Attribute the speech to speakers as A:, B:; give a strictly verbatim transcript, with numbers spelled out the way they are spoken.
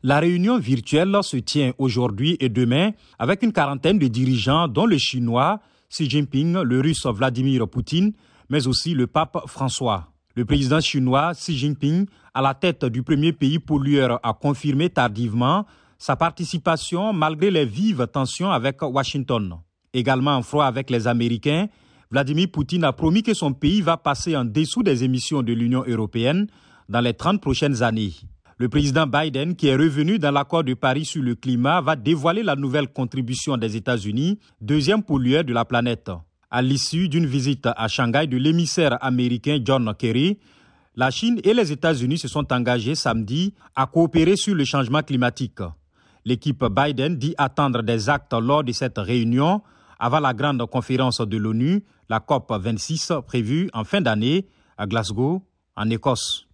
A: La réunion virtuelle se tient aujourd'hui et demain avec une quarantaine de dirigeants dont le Chinois Xi Jinping, le Russe Vladimir Poutine, mais aussi le pape François. Le président chinois Xi Jinping, à la tête du premier pays pollueur, a confirmé tardivement sa participation malgré les vives tensions avec Washington. Également en froid avec les Américains, Vladimir Poutine a promis que son pays va passer en dessous des émissions de l'Union européenne dans les trente prochaines années. Le président Biden, qui est revenu dans l'accord de Paris sur le climat, va dévoiler la nouvelle contribution des États-Unis, deuxième pollueur de la planète. À l'issue d'une visite à Shanghai de l'émissaire américain John Kerry, la Chine et les États-Unis se sont engagés samedi à coopérer sur le changement climatique. L'équipe Biden dit attendre des actes lors de cette réunion avant la grande conférence de l'ONU, la COP vingt-six, prévue en fin d'année à Glasgow, en Écosse.